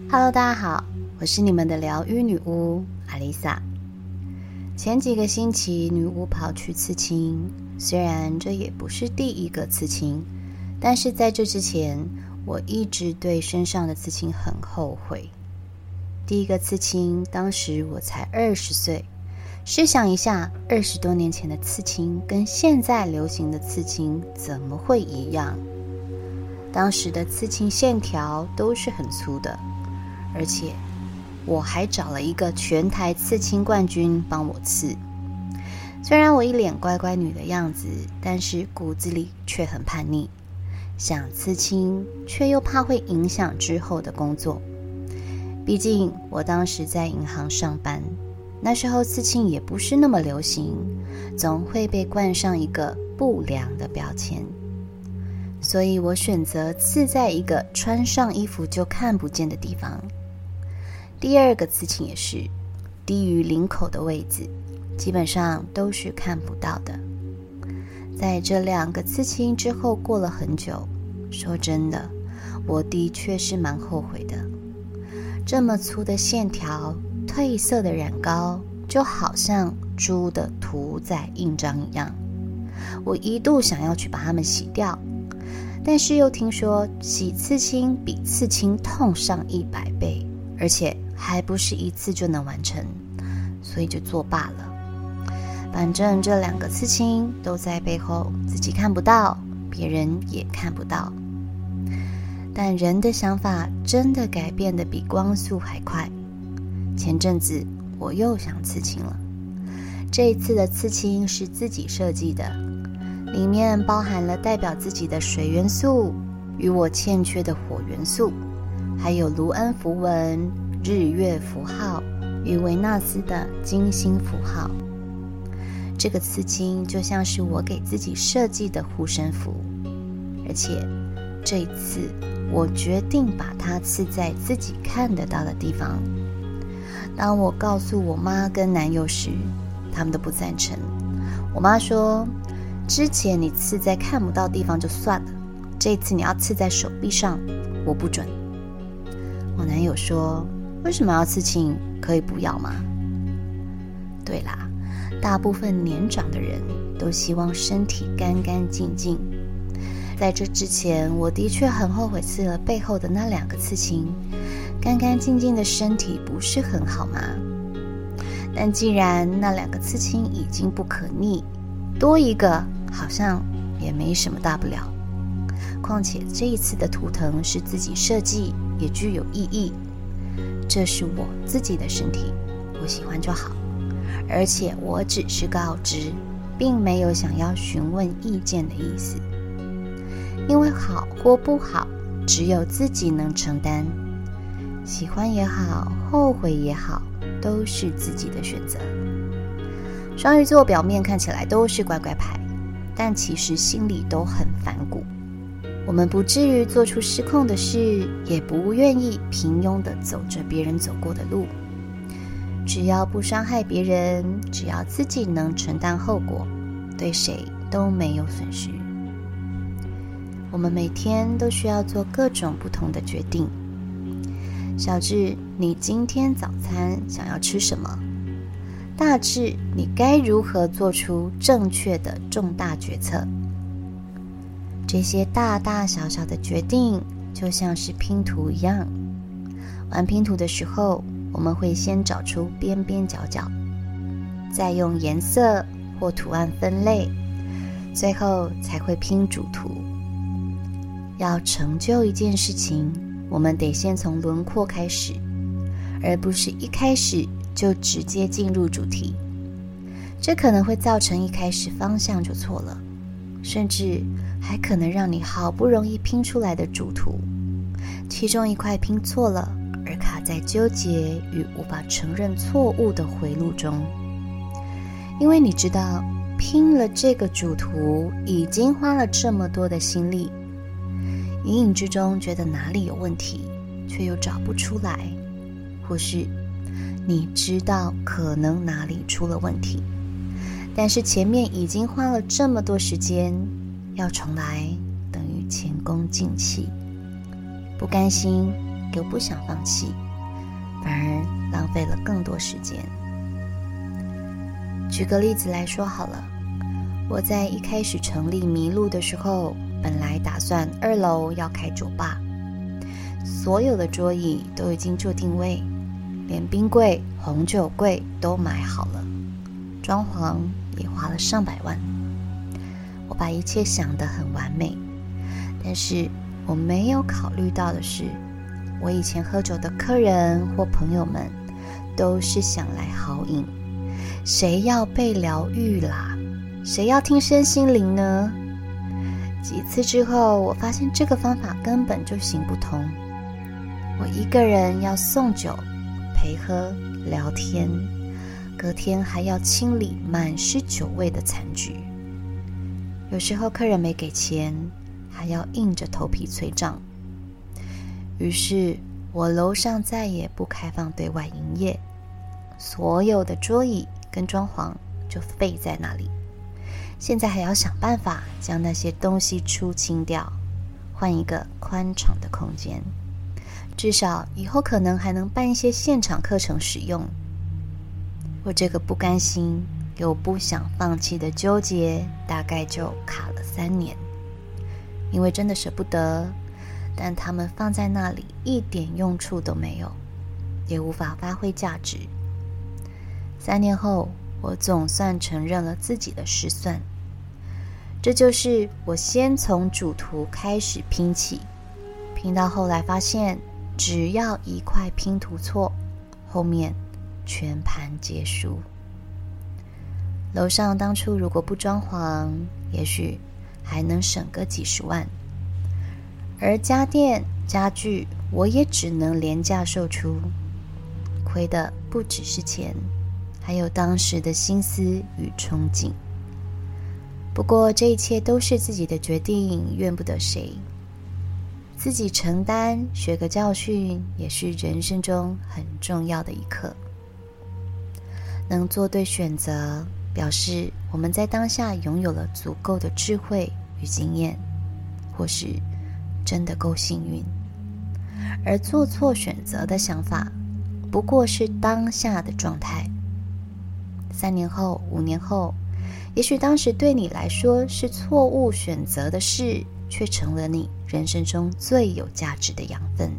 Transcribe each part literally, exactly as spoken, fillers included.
Hello， 大家好，我是你们的疗愈女巫阿丽萨。前几个星期，女巫跑去刺青，虽然这也不是第一个刺青，但是在这之前，我一直对身上的刺青很后悔。第一个刺青，当时我才二十岁，试想一下，二十多年前的刺青跟现在流行的刺青怎么会一样？当时的刺青线条都是很粗的，而且我还找了一个全台刺青冠军帮我刺。虽然我一脸乖乖女的样子，但是骨子里却很叛逆，想刺青却又怕会影响之后的工作。毕竟我当时在银行上班，那时候刺青也不是那么流行，总会被冠上一个不良的标签。所以我选择刺在一个穿上衣服就看不见的地方。第二个刺青也是低于领口的位置，基本上都是看不到的。在这两个刺青之后过了很久，说真的，我的确是蛮后悔的。这么粗的线条，褪色的染膏，就好像猪的屠宰印章一样。我一度想要去把它们洗掉，但是又听说洗刺青比刺青痛上一百倍，而且还不是一次就能完成，所以就作罢了。反正这两个刺青都在背后，自己看不到，别人也看不到。但人的想法真的改变得比光速还快。前阵子我又想刺青了，这一次的刺青是自己设计的，里面包含了代表自己的水元素与我欠缺的火元素，还有卢恩符文、日月符号与维纳斯的金星符号。这个刺青就像是我给自己设计的护身符，而且这一次我决定把它刺在自己看得到的地方。当我告诉我妈跟男友时，他们都不赞成。我妈说，之前你刺在看不到地方就算了，这次你要刺在手臂上，我不准。我男友说，为什么要刺青？可以不要吗？对啦，大部分年长的人都希望身体干干净净。在这之前，我的确很后悔刺了背后的那两个刺青，干干净净的身体不是很好吗？但既然那两个刺青已经不可逆，多一个好像也没什么大不了。况且这一次的图腾是自己设计，也具有意义。这是我自己的身体，我喜欢就好。而且我只是告知，并没有想要询问意见的意思。因为好或不好，只有自己能承担。喜欢也好，后悔也好，都是自己的选择。双鱼座表面看起来都是乖乖牌，但其实心里都很反骨。我们不至于做出失控的事，也不愿意平庸地走着别人走过的路。只要不伤害别人，只要自己能承担后果，对谁都没有损失。我们每天都需要做各种不同的决定。小至你今天早餐想要吃什么，大至你该如何做出正确的重大决策。这些大大小小的决定就像是拼图一样，玩拼图的时候，我们会先找出边边角角，再用颜色或图案分类，最后才会拼主图。要成就一件事情，我们得先从轮廓开始，而不是一开始就直接进入主题。这可能会造成一开始方向就错了，甚至还可能让你好不容易拼出来的主图，其中一块拼错了，而卡在纠结与无法承认错误的回路中。因为你知道，拼了这个主图已经花了这么多的心力，隐隐之中觉得哪里有问题，却又找不出来，或是你知道可能哪里出了问题，但是前面已经花了这么多时间，要重来等于前功尽弃。不甘心，给又不想放弃，反而浪费了更多时间。举个例子来说好了，我在一开始成立麋鹿的时候，本来打算二楼要开酒吧，所有的桌椅都已经做定位，连冰柜、红酒柜都买好了，装潢也花了上百万。我把一切想得很完美，但是我没有考虑到的是，我以前喝酒的客人或朋友们都是想来豪饮，谁要被疗愈啦？谁要听身心灵呢？几次之后，我发现这个方法根本就行不通。我一个人要送酒、陪喝、聊天，隔天还要清理满是酒味的餐具。有时候客人没给钱，还要硬着头皮催账。于是我楼上再也不开放对外营业，所有的桌椅跟装潢就废在那里。现在还要想办法将那些东西出清掉，换一个宽敞的空间，至少以后可能还能办一些现场课程使用。我这个不甘心又不想放弃的纠结，大概就卡了三年。因为真的舍不得，但他们放在那里一点用处都没有，也无法发挥价值。三年后，我总算承认了自己的失算。这就是我先从主图开始拼起，拼到后来发现，只要一块拼图错，后面全盘皆输。楼上当初如果不装潢，也许还能省个几十万，而家电家具我也只能廉价售出，亏的不只是钱，还有当时的心思与憧憬。不过这一切都是自己的决定，怨不得谁，自己承担，学个教训，也是人生中很重要的一课。能做对选择，表示我们在当下拥有了足够的智慧与经验，或是真的够幸运。而做错选择的想法，不过是当下的状态。三年后、五年后，也许当时对你来说是错误选择的事，却成了你人生中最有价值的养分。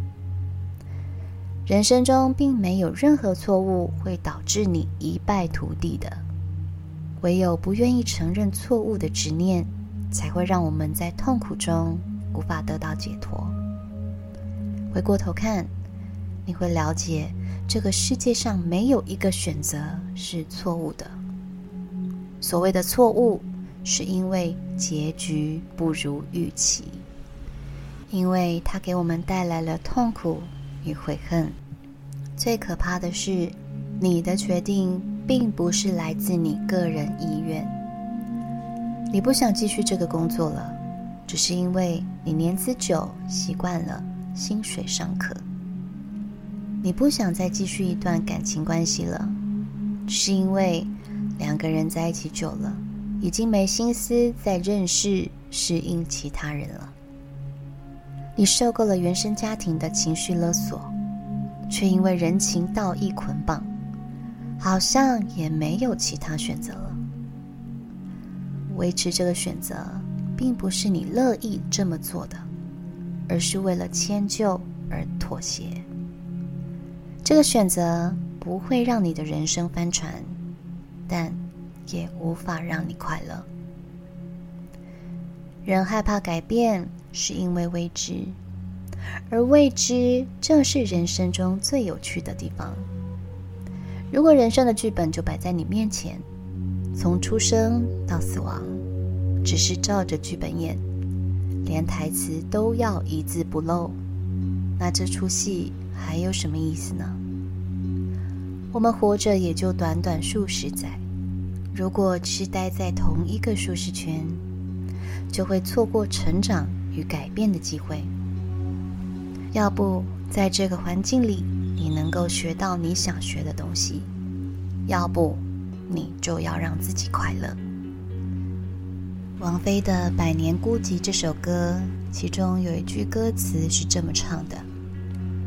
人生中并没有任何错误会导致你一败涂地的，唯有不愿意承认错误的执念，才会让我们在痛苦中无法得到解脱。回过头看，你会了解，这个世界上没有一个选择是错误的。所谓的错误，是因为结局不如预期，因为它给我们带来了痛苦与悔恨。最可怕的是，你的决定并不是来自你个人意愿。你不想继续这个工作了，只是因为你年资久，习惯了，薪水尚可。你不想再继续一段感情关系了，只是因为两个人在一起久了，已经没心思再认识、适应其他人了。你受够了原生家庭的情绪勒索，却因为人情道义捆绑，好像也没有其他选择了。维持这个选择，并不是你乐意这么做的，而是为了迁就而妥协。这个选择不会让你的人生翻船，但也无法让你快乐。人害怕改变，是因为未知，而未知正是人生中最有趣的地方。如果人生的剧本就摆在你面前，从出生到死亡，只是照着剧本演，连台词都要一字不漏，那这出戏还有什么意思呢？我们活着也就短短数十载，如果只是待在同一个舒适圈，就会错过成长与改变的机会。要不在这个环境里，你能够学到你想学的东西，要不你就要让自己快乐。王菲的《百年孤寂》这首歌，其中有一句歌词是这么唱的：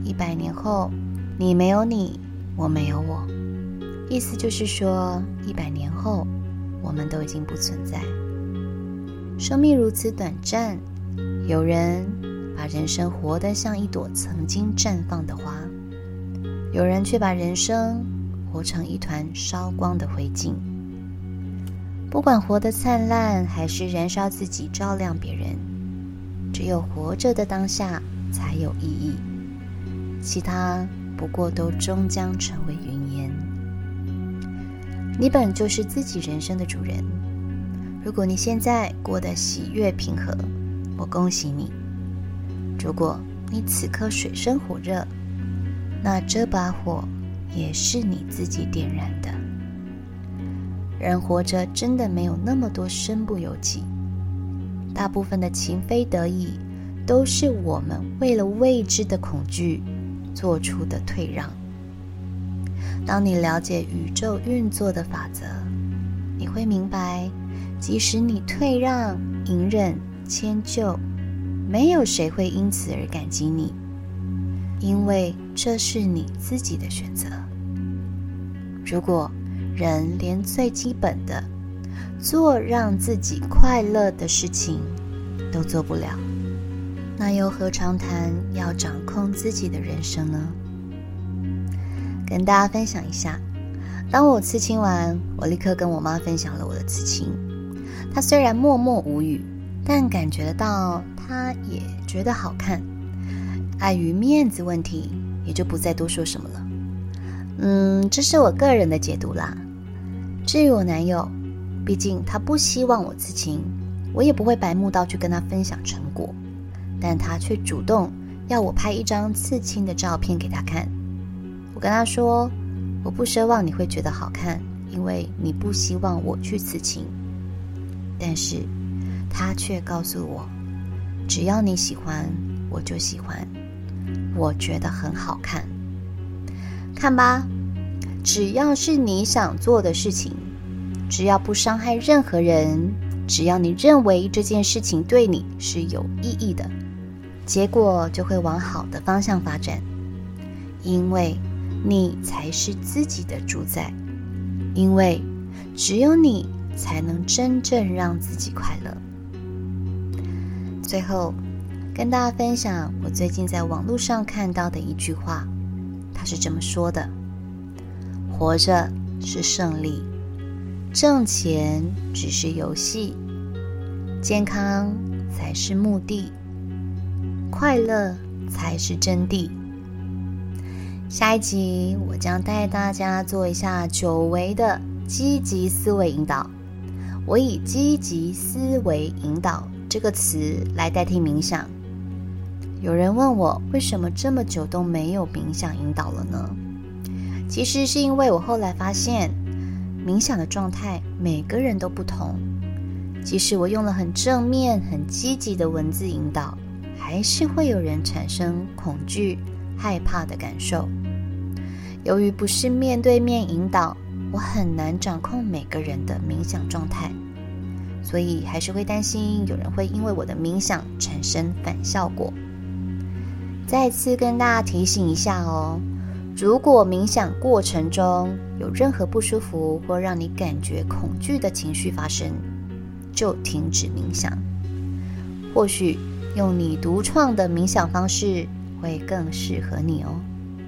一百年后，你没有你，我没有我。意思就是说，一百年后，我们都已经不存在。生命如此短暂，有人把人生活得像一朵曾经绽放的花，有人却把人生活成一团烧光的灰烬。不管活得灿烂，还是燃烧自己照亮别人，只有活着的当下才有意义，其他不过都终将成为云烟。你本就是自己人生的主人，如果你现在过得喜悦平和，我恭喜你；如果你此刻水深火热，那这把火也是你自己点燃的。人活着真的没有那么多身不由己，大部分的情非得已，都是我们为了未知的恐惧做出的退让。当你了解宇宙运作的法则，你会明白，即使你退让、隐忍、迁就，没有谁会因此而感激你，因为这是你自己的选择。如果人连最基本的做让自己快乐的事情都做不了，那又何尝谈要掌控自己的人生呢？跟大家分享一下，当我刺青完，我立刻跟我妈分享了我的刺青。她虽然默默无语，但感觉得到她也觉得好看。碍于面子问题，也就不再多说什么了。嗯，这是我个人的解读啦。至于我男友，毕竟他不希望我刺青，我也不会白目到去跟他分享成果，但他却主动要我拍一张刺青的照片给他看。我跟他说，我不奢望你会觉得好看，因为你不希望我去刺青。但是他却告诉我，只要你喜欢，我就喜欢，我觉得很好看。看吧，只要是你想做的事情，只要不伤害任何人，只要你认为这件事情对你是有意义的，结果就会往好的方向发展。因为你才是自己的主宰，因为只有你才能真正让自己快乐。最后跟大家分享我最近在网络上看到的一句话，他是这么说的：活着是胜利，挣钱只是游戏，健康才是目的，快乐才是真谛。下一集我将带大家做一下久违的积极思维引导。我以积极思维引导这个词来代替冥想。有人问我为什么这么久都没有冥想引导了呢？其实是因为我后来发现，冥想的状态每个人都不同，即使我用了很正面很积极的文字引导，还是会有人产生恐惧害怕的感受。由于不是面对面引导，我很难掌控每个人的冥想状态，所以还是会担心有人会因为我的冥想产生反效果。再次跟大家提醒一下哦，如果冥想过程中有任何不舒服或让你感觉恐惧的情绪发生，就停止冥想。或许用你独创的冥想方式会更适合你哦。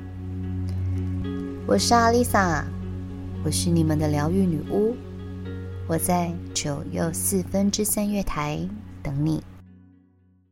我是阿丽萨，我是你们的疗愈女巫，我在九又四分之三月台等你。